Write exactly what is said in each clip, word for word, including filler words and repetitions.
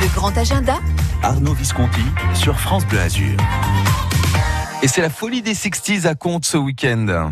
Le grand agenda, Arnaud Visconti sur France Bleu Azur. Et c'est la folie des sixties à Contes ce week-end.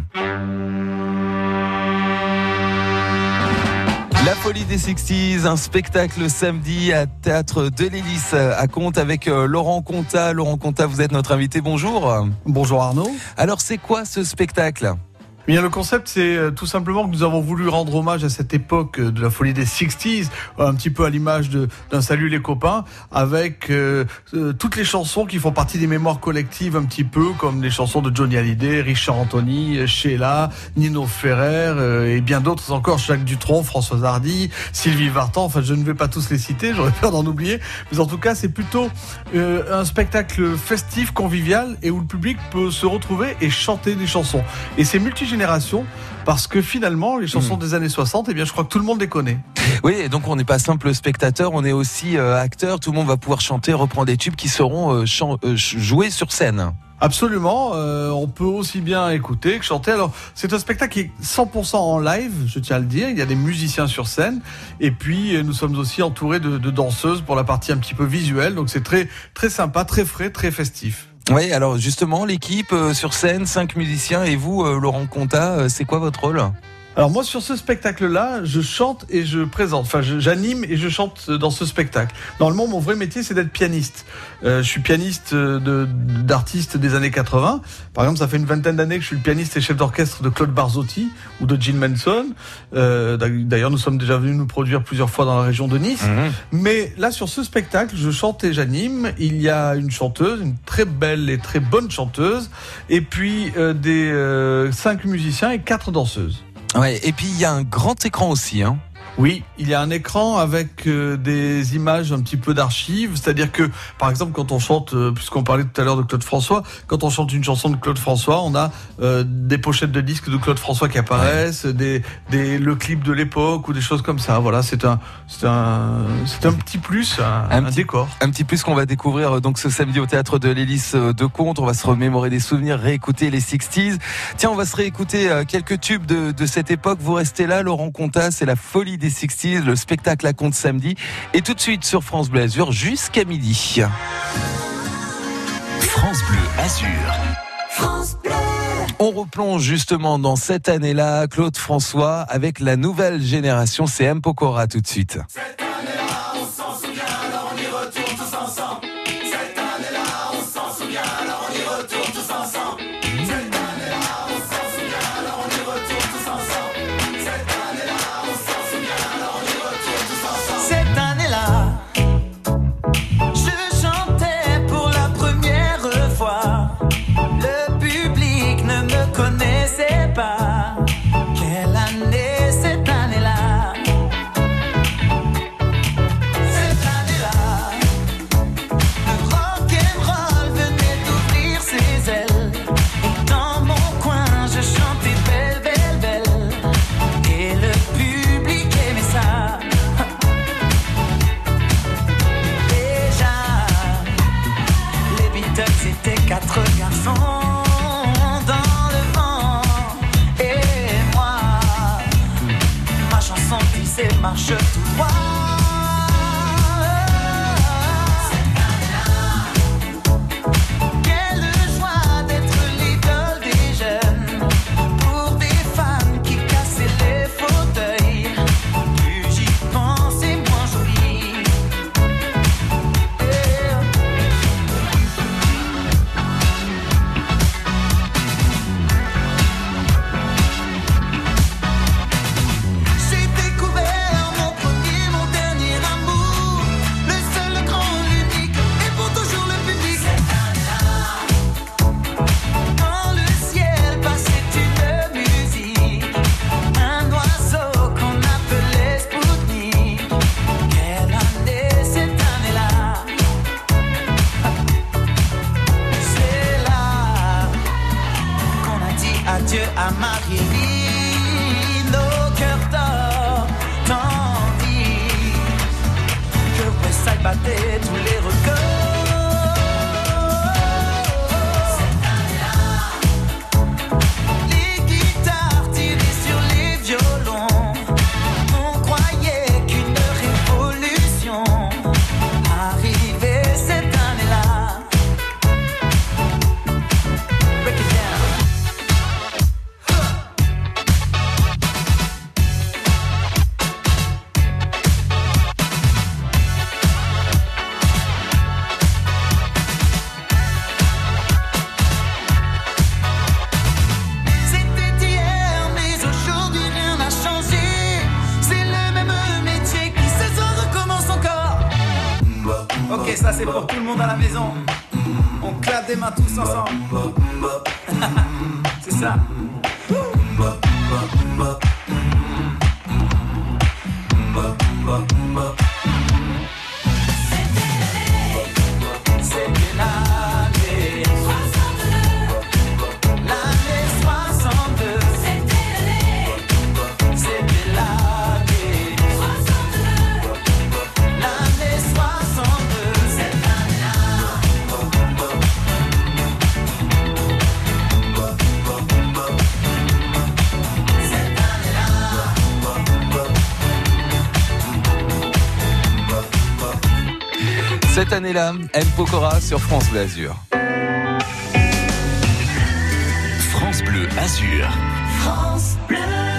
La folie des sixties, un spectacle samedi à Théâtre de l'Hélice à Contes avec Laurent Contat. Laurent Contat, vous êtes notre invité, bonjour. Bonjour Arnaud. Alors c'est quoi ce spectacle ? Bien, le concept, c'est tout simplement que nous avons voulu rendre hommage à cette époque de la folie des sixties, un petit peu à l'image de, d'un Salut les copains, avec euh, euh, toutes les chansons qui font partie des mémoires collectives, un petit peu comme les chansons de Johnny Hallyday, Richard Anthony, Sheila, Nino Ferrer euh, et bien d'autres encore, Jacques Dutronc, Françoise Hardy, Sylvie Vartan. Enfin, je ne vais pas tous les citer, j'aurais peur d'en oublier, mais en tout cas, c'est plutôt euh, un spectacle festif, convivial, et où le public peut se retrouver et chanter des chansons. Et c'est multi génération, parce que finalement les chansons mmh. des années soixante, eh bien je crois que tout le monde les connaît. Oui, et donc on n'est pas simple spectateur, on est aussi euh, acteur, tout le monde va pouvoir chanter, reprendre des tubes qui seront euh, chan- euh, joués sur scène. Absolument, euh, on peut aussi bien écouter que chanter. Alors c'est un spectacle qui est cent pour cent en live, je tiens à le dire, il y a des musiciens sur scène, et puis euh, nous sommes aussi entourés de, de danseuses pour la partie un petit peu visuelle, donc c'est très, très sympa, très frais, très festif. Oui, alors justement, l'équipe euh, sur scène, cinq musiciens, et vous, euh, Laurent Contat, euh, c'est quoi votre rôle ? Alors moi, sur ce spectacle-là, je chante et je présente. Enfin, je, j'anime et je chante dans ce spectacle. Normalement, mon vrai métier, c'est d'être pianiste. Euh, je suis pianiste de, d'artistes des années quatre-vingts. Par exemple, ça fait une vingtaine d'années que je suis le pianiste et chef d'orchestre de Claude Barzotti ou de Gene Manson. Euh, d'ailleurs, nous sommes déjà venus nous produire plusieurs fois dans la région de Nice. Mmh. Mais là, sur ce spectacle, je chante et j'anime. Il y a une chanteuse, une très belle et très bonne chanteuse, et puis euh, des euh, cinq musiciens et quatre danseuses. Ouais, et puis il y a un grand écran aussi, hein. Oui, il y a un écran avec euh, des images un petit peu d'archives, c'est-à-dire que, par exemple, quand on chante, euh, puisqu'on parlait tout à l'heure de Claude François, quand on chante une chanson de Claude François, on a euh, des pochettes de disques de Claude François qui apparaissent, ouais. des, des, le clip de l'époque ou des choses comme ça. Voilà, c'est un, c'est un, c'est un petit plus, un, un, un petit, décor. Un petit plus qu'on va découvrir donc ce samedi au Théâtre de l'Hélice de Contes. On va se remémorer des souvenirs, réécouter les sixties. Tiens, on va se réécouter quelques tubes de, de cette époque. Vous restez là, Laurent Contat, c'est la folie des sixties, le spectacle à Contes samedi, et tout de suite sur France Bleu Azur jusqu'à midi. France Bleu Azur. France Bleu. On replonge justement dans cette année-là, Claude François, avec la nouvelle génération, c'est M. Pokora tout de suite. Cette année-là, on s'en souvient, alors on y retourne tous ensemble. Cette année-là, on s'en souvient, alors on y retourne tous ensemble. Cette année-là, on s'en souvient, alors on y retourne tous ensemble. Cette année-là, on s'en souvient, alors on y retourne tous ensemble. Cette année-là, je chantais pour la première fois. Le public ne me connaissait pas. Quelle année cette année-là? Cette année-là, le rock'n'roll venait d'ouvrir ses ailes. Et dans mon coin, je chantais belle, belle, belle. Et le public aimait ça. Déjà, les Beatles étaient quatre garçons dans le vent. Et moi, ma chanson disait marche tout droit. Quelle joie d'être l'idole des jeunes. Pour des fans qui cassaient les fauteuils. Plus j'y pense et moins j'oublie. J'ai découvert mon premier, mon dernier amour. Le seul, le grand, l'unique, et pour toujours le public. Cette année-là, quand le ciel passait une musique, un oiseau qu'on appelait Spoutnik. Quelle année cette année-là? C'est là qu'on a dit adieu à Marie. Nos cœurs d'or, tandis que Westside battait tous les records. Cette année-là, les guitares tirées sur les violons, on croyait qu'une révolution Ok, ça c'est pour tout le monde à la maison. On claque des mains tous ensemble. C'est ça. C'était l'année soixante-deux. L'année soixante-deux. C'était l'année. C'était l'année soixante-deux. L'année soixante-deux. Cette année-là. Cette année-là. Cette année-là, M. Pokora sur France Bleu Azur. France Bleu Azur. France Bleu.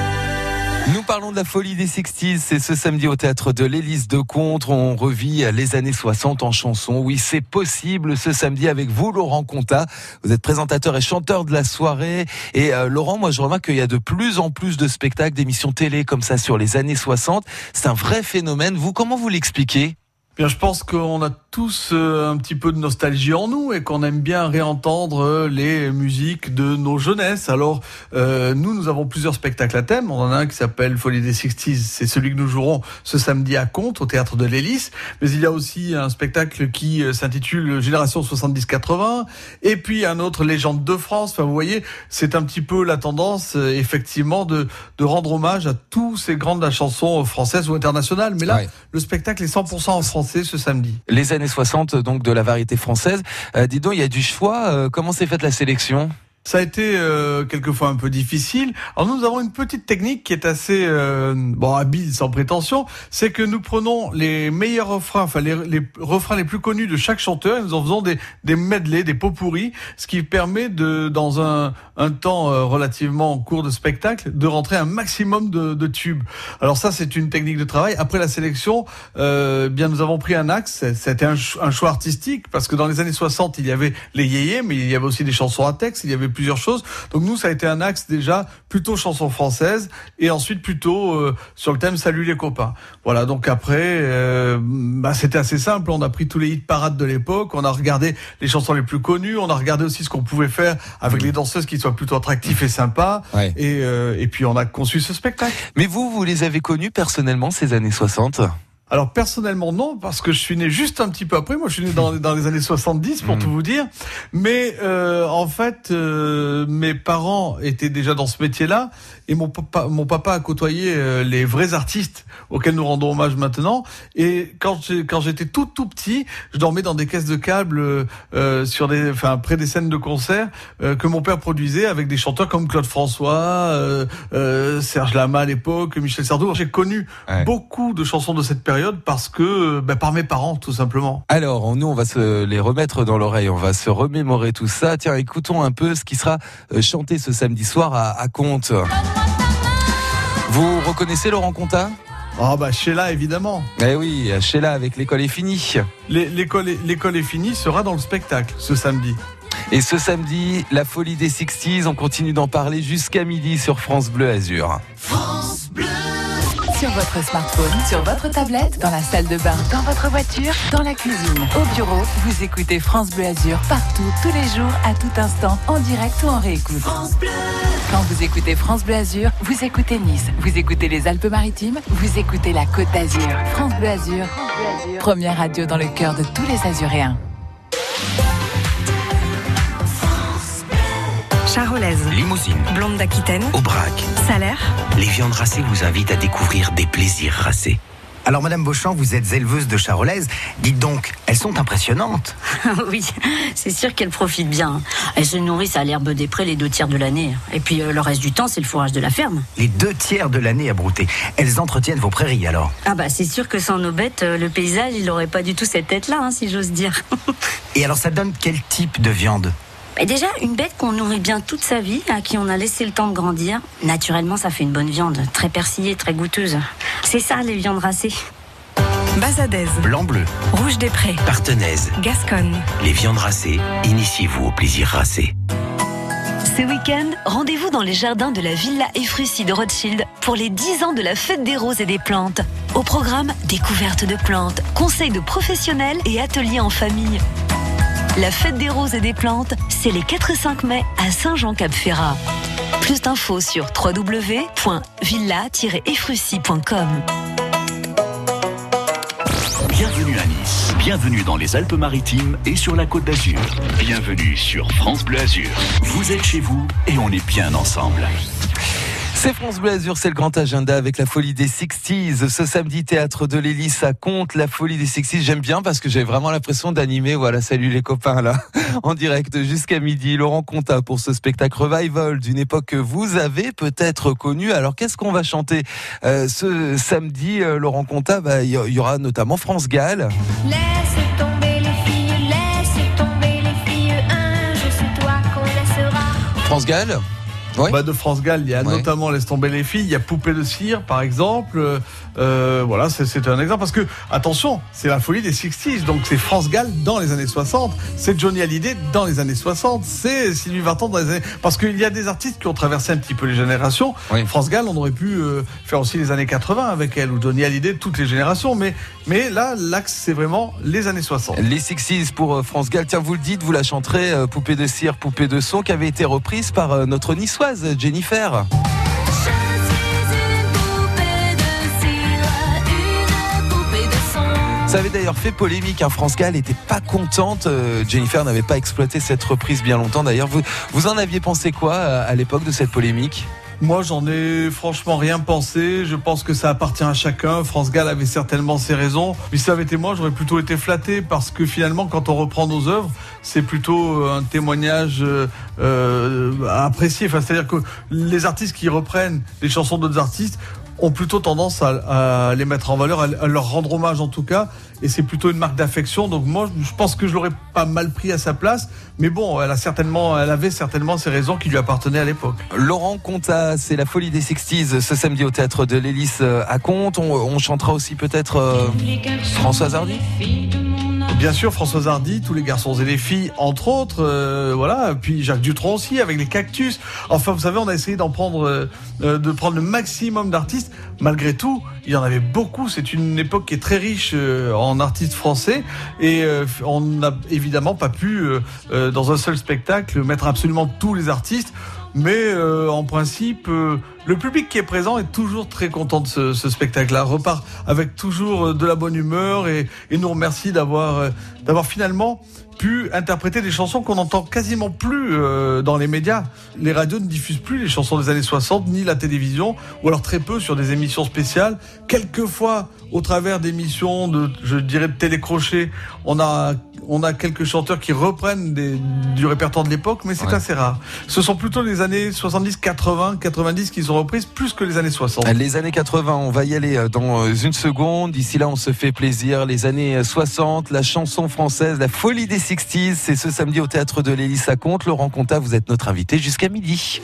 Nous parlons de la folie des sixties, c'est ce samedi au théâtre de l'Hélice de Contres. On revit les années soixante en chanson. Oui, c'est possible ce samedi avec vous, Laurent Contat. Vous êtes présentateur et chanteur de la soirée. Et euh, Laurent, moi je remarque qu'il y a de plus en plus de spectacles, d'émissions télé comme ça sur les années soixante. C'est un vrai phénomène. Vous, comment vous l'expliquez ? Bien, je pense qu'on a tous euh, un petit peu de nostalgie en nous et qu'on aime bien réentendre euh, les musiques de nos jeunesses. Alors, euh, nous, nous avons plusieurs spectacles à thème. On en a un qui s'appelle Folie des sixties. C'est celui que nous jouerons ce samedi à Contres, au théâtre de l'Hélice. Mais il y a aussi un spectacle qui euh, s'intitule Génération soixante-dix quatre-vingts. Et puis un autre, Légende de France. Enfin, vous voyez, c'est un petit peu la tendance, euh, effectivement, de, de rendre hommage à tous ces grandes de la chanson française ou internationale. Mais là, Ouais. le spectacle est cent pour cent en français ce samedi. Les années soixante, donc de la variété française. Euh, dis donc, il y a du choix. Euh, comment s'est faite la sélection ? Ça a été euh, quelquefois un peu difficile. Alors nous avons une petite technique qui est assez euh, bon habile, sans prétention. C'est que nous prenons les meilleurs refrains, enfin les, les refrains les plus connus de chaque chanteur, et nous en faisons des, des medleys, des pots pourris, ce qui permet de, dans un, un temps euh, relativement court de spectacle, de rentrer un maximum de, de tubes. Alors ça, c'est une technique de travail. Après la sélection, euh, bien nous avons pris un axe. C'était un, un choix artistique parce que dans les années soixante, il y avait les yéyés, mais il y avait aussi des chansons à texte. Il y avait plusieurs choses. Donc nous, ça a été un axe déjà plutôt chanson française et ensuite plutôt euh, sur le thème Salut les copains. Voilà, donc après, euh, bah, c'était assez simple. On a pris tous les hits parades de l'époque, on a regardé les chansons les plus connues, on a regardé aussi ce qu'on pouvait faire avec les danseuses qui soient plutôt attractifs et sympas. Ouais. Et, euh, et puis on a conçu ce spectacle. Mais vous, vous les avez connus personnellement, ces années soixante ? Alors personnellement non, parce que je suis né juste un petit peu après. Moi je suis né dans, dans les années soixante-dix pour mmh. tout vous dire. Mais euh, en fait, euh, mes parents étaient déjà dans ce métier-là et mon papa, mon papa a côtoyé euh, les vrais artistes auxquels nous rendons hommage maintenant. Et quand j'ai, quand j'étais tout tout petit, je dormais dans des caisses de câbles euh, sur des, enfin près des scènes de concert euh, que mon père produisait avec des chanteurs comme Claude François, euh, euh, Serge Lama à l'époque, Michel Sardou. J'ai connu Ouais. beaucoup de chansons de cette période parce que ben, par mes parents tout simplement. Alors, nous, on va se les remettre dans l'oreille, on va se remémorer tout ça. Tiens, écoutons un peu ce qui sera euh, chanté ce samedi soir à, à Contres. Vous reconnaissez Laurent Contat ? Ah bah Sheila évidemment. Eh oui, Sheila avec l'école est finie. Les- L'école est, l'école est finie sera dans le spectacle ce samedi. Et ce samedi, la folie des sixties, on continue d'en parler jusqu'à midi sur France Bleu Azur. France Bleu. Sur votre smartphone, sur votre tablette, dans la salle de bain, dans votre voiture, dans la cuisine, au bureau, vous écoutez France Bleu Azur partout, tous les jours, à tout instant, en direct ou en réécoute. France Bleu. Quand vous écoutez France Bleu Azur, vous écoutez Nice, vous écoutez les Alpes-Maritimes, vous écoutez la Côte d'Azur. France Bleu Azur, première radio dans le cœur de tous les Azuréens. Charolaise, Limousine, blonde d'Aquitaine, Aubrac. salaire. Les viandes racées vous invitent à découvrir des plaisirs racés. Alors Madame Beauchamp, vous êtes éleveuse de charolaises. Dites donc, elles sont impressionnantes. Oui, c'est sûr qu'elles profitent bien. Elles se nourrissent à l'herbe des prés les deux tiers de l'année. Et puis euh, le reste du temps, c'est le fourrage de la ferme. Les deux tiers de l'année à brouter. Elles entretiennent vos prairies alors. Ah bah c'est sûr que sans nos bêtes, euh, le paysage, il n'aurait pas du tout cette tête-là, hein, si j'ose dire. Et alors ça donne quel type de viande ? Et déjà, une bête qu'on nourrit bien toute sa vie, à qui on a laissé le temps de grandir, naturellement, ça fait une bonne viande, très persillée, très goûteuse. C'est ça, les viandes racées. Bazadaise, Blanc-bleu, rouge des prés, Partenaise. Gasconne. Les viandes racées, initiez-vous au plaisir racé. Ce week-end, rendez-vous dans les jardins de la Villa Efrussi de Rothschild pour les dix ans de la Fête des Roses et des Plantes. Au programme, découverte de plantes, conseils de professionnels et ateliers en famille. La fête des roses et des plantes, c'est les quatre et cinq mai à Saint-Jean-Cap-Ferrat. Plus d'infos sur w w w point villa tiret efrussi point com. Bienvenue à Nice, bienvenue dans les Alpes-Maritimes et sur la Côte d'Azur. Bienvenue sur France Bleu Azur. Vous êtes chez vous et on est bien ensemble. C'est France Bleu Azur, c'est le grand agenda avec la folie des sixties. Ce samedi, théâtre de l'Hélice à Contes, la folie des sixties. J'aime bien parce que j'ai vraiment l'impression d'animer, voilà, salut les copains là, en direct jusqu'à midi. Laurent Contat pour ce spectacle revival d'une époque que vous avez peut-être connue. Alors qu'est-ce qu'on va chanter euh, ce samedi, euh, Laurent Contat? Bah, il y aura notamment France Gall. Laisse tomber les filles, laisse tomber les filles, un jour c'est toi qu'on laissera. France Gall. Oui. Bah de France Gall, il y a ouais. notamment Laisse tomber les filles, il y a Poupée de cire par exemple. Euh, voilà, c'est, c'est un exemple parce que attention, c'est la folie des sixties, donc c'est France Gall dans les années soixante, c'est Johnny Hallyday dans les années soixante, c'est Sylvie Vartan dans les années, parce qu'il y a des artistes qui ont traversé un petit peu les générations. Oui. France Gall, on aurait pu euh, faire aussi les années quatre-vingts avec elle, ou Johnny Hallyday, toutes les générations, mais mais là l'axe c'est vraiment les années soixante. Les sixties pour euh, France Gall. Tiens, vous le dites, vous la chanterez, euh, Poupée de cire, Poupée de son, qui avait été reprise par euh, notre niçoise Jennifer. Ça avait d'ailleurs fait polémique, hein. France Gall n'était pas contente, euh, Jennifer n'avait pas exploité cette reprise bien longtemps d'ailleurs. Vous, vous en aviez pensé quoi euh, à l'époque de cette polémique ? Moi, j'en ai franchement rien pensé. Je pense que ça appartient à chacun. France Gall avait certainement ses raisons. Mais si ça avait été moi, j'aurais plutôt été flatté parce que finalement, quand on reprend nos œuvres, c'est plutôt un témoignage euh, apprécié. Enfin, c'est-à-dire que les artistes qui reprennent les chansons d'autres artistes ont plutôt tendance à, à les mettre en valeur, à, à leur rendre hommage en tout cas, et c'est plutôt une marque d'affection. Donc moi, je pense que je l'aurais pas mal pris à sa place, mais bon, elle a certainement, elle avait certainement ses raisons qui lui appartenaient à l'époque. Laurent Contat, c'est la folie des sixties ce samedi au théâtre de l'Hélice à Contes. On, on chantera aussi peut-être euh, Françoise Hardy. Bien sûr, Françoise Hardy, Tous les garçons et les filles, entre autres, euh, voilà. Puis Jacques Dutronc aussi, avec les Cactus. Enfin, vous savez, on a essayé d'en prendre, euh, de prendre le maximum d'artistes. Malgré tout, il y en avait beaucoup. C'est une époque qui est très riche euh, en artistes français, et euh, on n'a évidemment pas pu, euh, euh, dans un seul spectacle, mettre absolument tous les artistes. Mais euh, en principe, euh, le public qui est présent est toujours très content de ce, ce spectacle-là. Repart avec toujours de la bonne humeur et, et nous remercie d'avoir, euh, d'avoir finalement pu interpréter des chansons qu'on n'entend quasiment plus euh, dans les médias. Les radios ne diffusent plus les chansons des années soixante, ni la télévision, ou alors très peu sur des émissions spéciales. Quelquefois, au travers d'émissions de, je dirais, de télécrochet, on a, on a quelques chanteurs qui reprennent des, du répertoire de l'époque, mais c'est ouais. assez rare. Ce sont plutôt les années soixante-dix, quatre-vingts, quatre-vingt-dix qui sont reprises plus que les années soixante. Les années quatre-vingts, on va y aller dans une seconde. D'ici là, on se fait plaisir. Les années soixante, la chanson française, la folie des sixties, c'est ce samedi au théâtre de l'Hélice à Contes. Laurent Contat, vous êtes notre invité jusqu'à midi.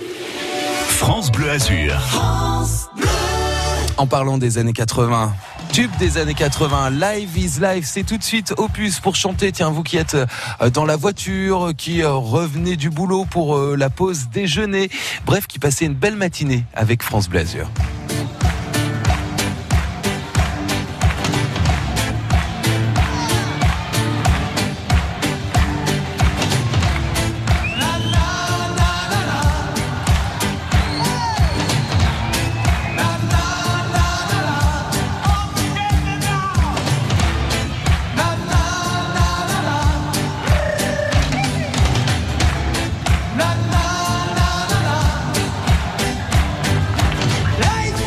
France Bleu Azur. France Bleu. En parlant des années quatre-vingts, tube des années quatre-vingts, Live is Life, c'est tout de suite Opus pour chanter. Tiens, vous qui êtes dans la voiture, qui revenez du boulot pour la pause déjeuner, bref, qui passez une belle matinée avec France Bleu Azur. Life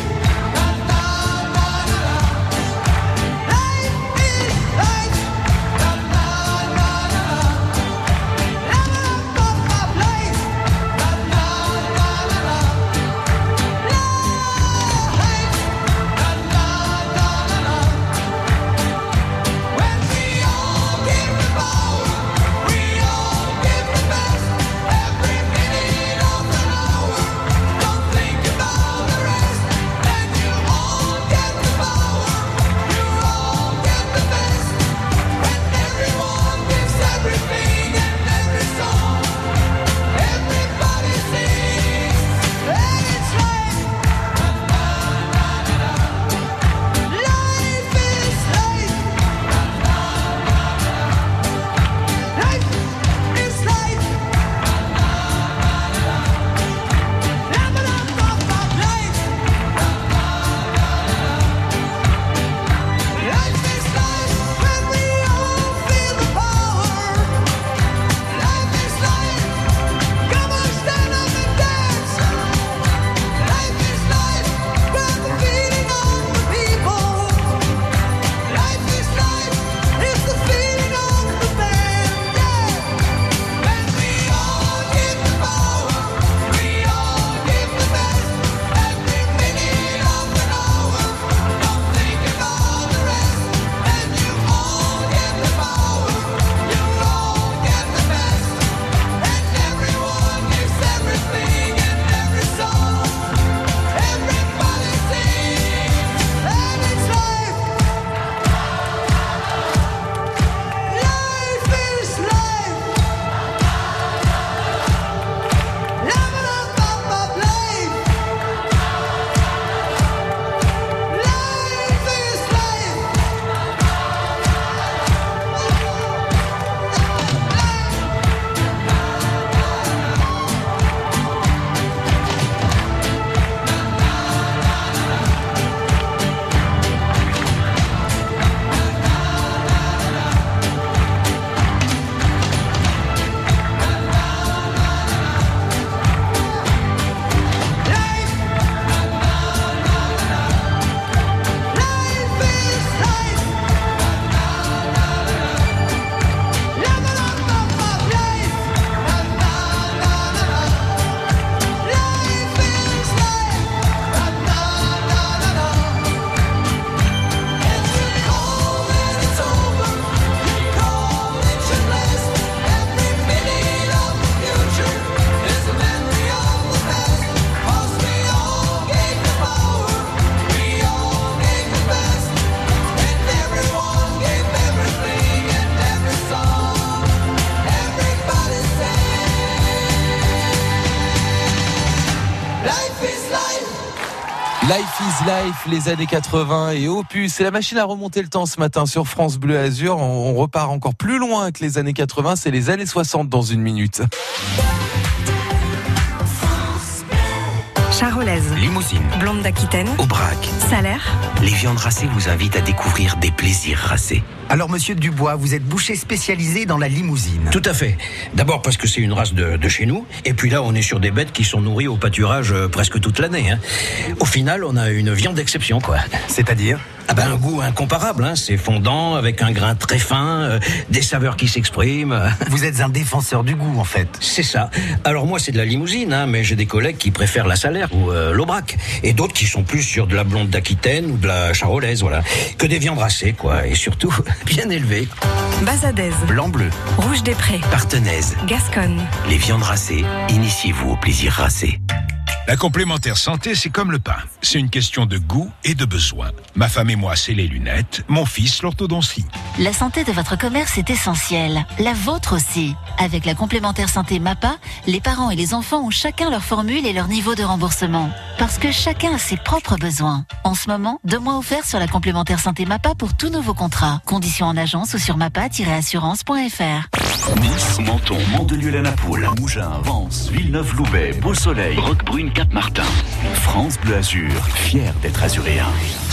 Life is Life, les années quatre-vingts et Opus. C'est la machine à remonter le temps ce matin sur France Bleu Azur. On repart encore plus loin que les années quatre-vingts. C'est les années soixante dans une minute. Charolaise, Limousine, blonde d'Aquitaine, Aubrac, Salaire. Les viandes racées vous invitent à découvrir des plaisirs racés. Alors, monsieur Dubois, vous êtes boucher spécialisé dans la limousine. Tout à fait. D'abord parce que c'est une race de, de chez nous. Et puis là, on est sur des bêtes qui sont nourries au pâturage euh, presque toute l'année. Hein. Au final, on a une viande d'exception, quoi. C'est-à-dire ? Ah ben, un goût incomparable. Hein. C'est fondant, avec un grain très fin, euh, des saveurs qui s'expriment. Vous êtes un défenseur du goût, en fait. C'est ça. Alors moi, c'est de la limousine, hein, mais j'ai des collègues qui préfèrent la Salaire ou euh, l'Aubrac. Et d'autres qui sont plus sur de la blonde d'Aquitaine ou de la charolaise, voilà. Que des viandes racées, quoi. Et surtout, bien élevées. Bazadaise, Blanc-bleu, Rouge des Prés, Partenaise, Gasconne. les viandes racées, initiez-vous au plaisir racé. La complémentaire santé, c'est comme le pain. C'est une question de goût et de besoin. Ma femme et moi, c'est les lunettes. Mon fils, l'orthodontie. La santé de votre commerce est essentielle. La vôtre aussi. Avec la complémentaire santé MAPA, les parents et les enfants ont chacun leur formule et leur niveau de remboursement. Parce que chacun a ses propres besoins. En ce moment, deux mois offerts sur la complémentaire santé MAPA pour tous nouveaux contrats. Conditions en agence ou sur mapa tiret assurance point f r. Nice, Menton, Mandelieu-la-Napoule, Mougins, Vence, Villeneuve-Loubet, Beau-Soleil, Roquebrune, Cap-Martin. France Bleu Azur, fier d'être azuréen.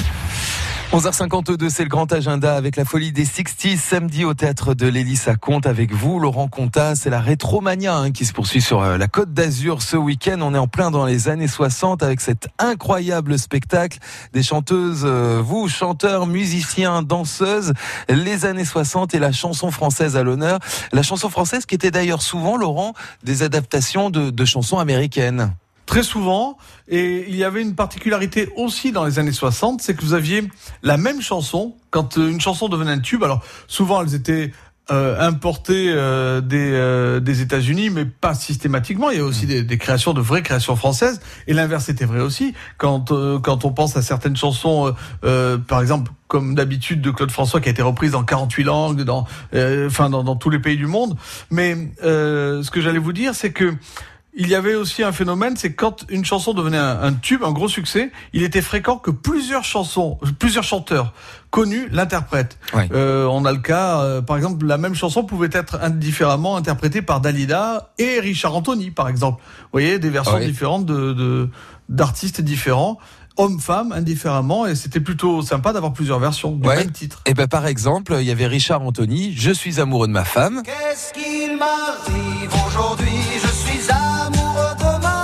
onze heures cinquante-deux, c'est le grand agenda avec la folie des sixties, samedi au théâtre de l'Hélice à Contes avec vous, Laurent Contat. C'est la Rétromania hein, qui se poursuit sur euh, la Côte d'Azur ce week-end. On est en plein dans les années soixante avec cet incroyable spectacle des chanteuses, euh, vous, chanteurs, musiciens, danseuses, les années soixante et la chanson française à l'honneur. La chanson française qui était d'ailleurs souvent, Laurent, des adaptations de, de chansons américaines. Très souvent, et il y avait une particularité aussi dans les années soixante, c'est que vous aviez la même chanson, quand une chanson devenait un tube, alors souvent elles étaient euh, importées euh, des, euh, des États-Unis, mais pas systématiquement, il y a aussi des, des créations, de vraies créations françaises, et l'inverse était vrai aussi, quand, euh, quand on pense à certaines chansons, euh, euh, par exemple, comme d'habitude de Claude François qui a été reprise dans quarante-huit langues, dans, euh, enfin dans, dans tous les pays du monde, mais euh, ce que j'allais vous dire, c'est que il y avait aussi un phénomène, c'est quand une chanson devenait un, un tube, un gros succès, il était fréquent que plusieurs chansons, plusieurs chanteurs connus l'interprètent. Ouais. Euh, on a le cas, euh, par exemple, la même chanson pouvait être différemment interprétée par Dalida et Richard Anthony, par exemple. Vous voyez, des versions ouais. différentes de, de, d'artistes différents. Hommes-femmes, indifféremment, et c'était plutôt sympa d'avoir plusieurs versions du ouais. même titre. Et ben par exemple, il y avait Richard Anthony, Je suis amoureux de ma femme. Qu'est-ce qu'il m'arrive aujourd'hui? Je suis amoureux de ma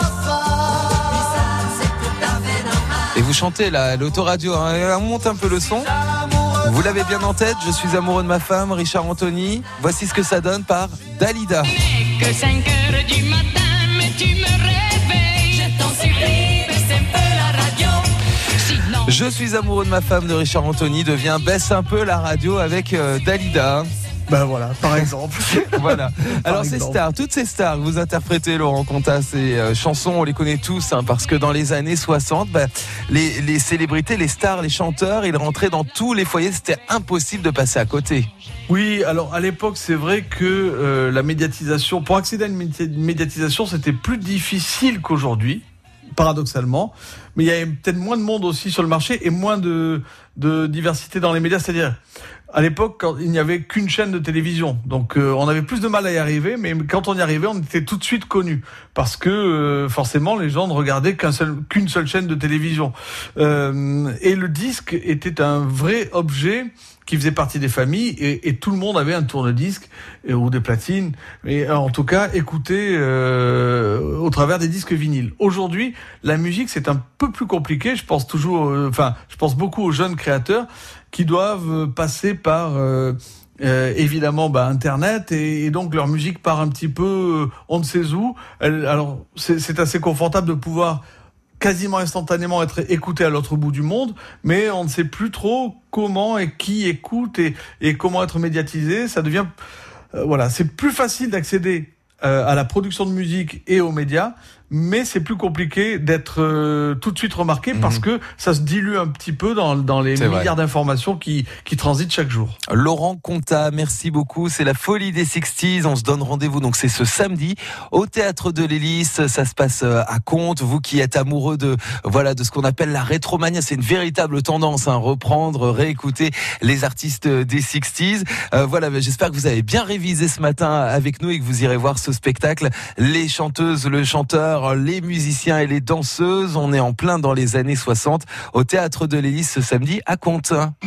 femme. Et vous chantez là, l'autoradio, hein, on monte un peu le son. Vous l'avez bien en tête, Je suis amoureux de ma femme, Richard Anthony. Voici ce que ça donne par Dalida. Que cinq heures du matin, mais tu me réveilles, je t'en supplie. Je suis amoureux de ma femme de Richard Anthony devient Baisse un peu la radio avec euh, Dalida. Ben voilà, par exemple. Voilà. Alors ces stars, toutes ces stars que vous interprétez, Laurent Contat, ces euh, chansons, on les connaît tous, hein, parce que dans les années soixante, bah, les, les célébrités, les stars, les chanteurs, ils rentraient dans tous les foyers, c'était impossible de passer à côté. Oui, alors à l'époque, c'est vrai que euh, la médiatisation, pour accéder à une médiatisation, c'était plus difficile qu'aujourd'hui. Paradoxalement, mais il y avait peut-être moins de monde aussi sur le marché et moins de, de diversité dans les médias, c'est-à-dire à l'époque quand il n'y avait qu'une chaîne de télévision, donc euh, on avait plus de mal à y arriver, mais quand on y arrivait on était tout de suite connus parce que euh, forcément les gens ne regardaient qu'un seul, qu'une seule chaîne de télévision euh, et le disque était un vrai objet qui faisait partie des familles et, et tout le monde avait un tourne-disque et, ou des platines, et en tout cas écouter euh, au travers des disques vinyles. Aujourd'hui, la musique c'est un peu plus compliqué. Je pense toujours, euh, enfin, je pense beaucoup aux jeunes créateurs qui doivent passer par euh, euh, évidemment bah, Internet et, et donc leur musique part un petit peu, euh, on ne sait où. Elle, alors c'est, c'est assez confortable de pouvoir quasiment instantanément être écouté à l'autre bout du monde, mais on ne sait plus trop comment et qui écoute et, et comment être médiatisé. Ça devient, euh, voilà, c'est plus facile d'accéder euh, à la production de musique et aux médias, mais c'est plus compliqué d'être euh, tout de suite remarqué mmh. parce que ça se dilue un petit peu dans, dans les c'est milliards vrai. d'informations qui, qui transitent chaque jour. Laurent Contat, merci beaucoup. C'est la folie des sixties. On se donne rendez-vous, donc c'est ce samedi au Théâtre de l'Hélice. Ça se passe à Contes. Vous qui êtes amoureux de, voilà, de ce qu'on appelle la rétromania, c'est une véritable tendance, hein, reprendre, réécouter les artistes des sixties. Euh, voilà, j'espère que vous avez bien révisé ce matin avec nous et que vous irez voir ce spectacle. Les chanteuses, le chanteur, les musiciens et les danseuses. On est en plein dans les années soixante au Théâtre de l'Hélice ce samedi à Contes.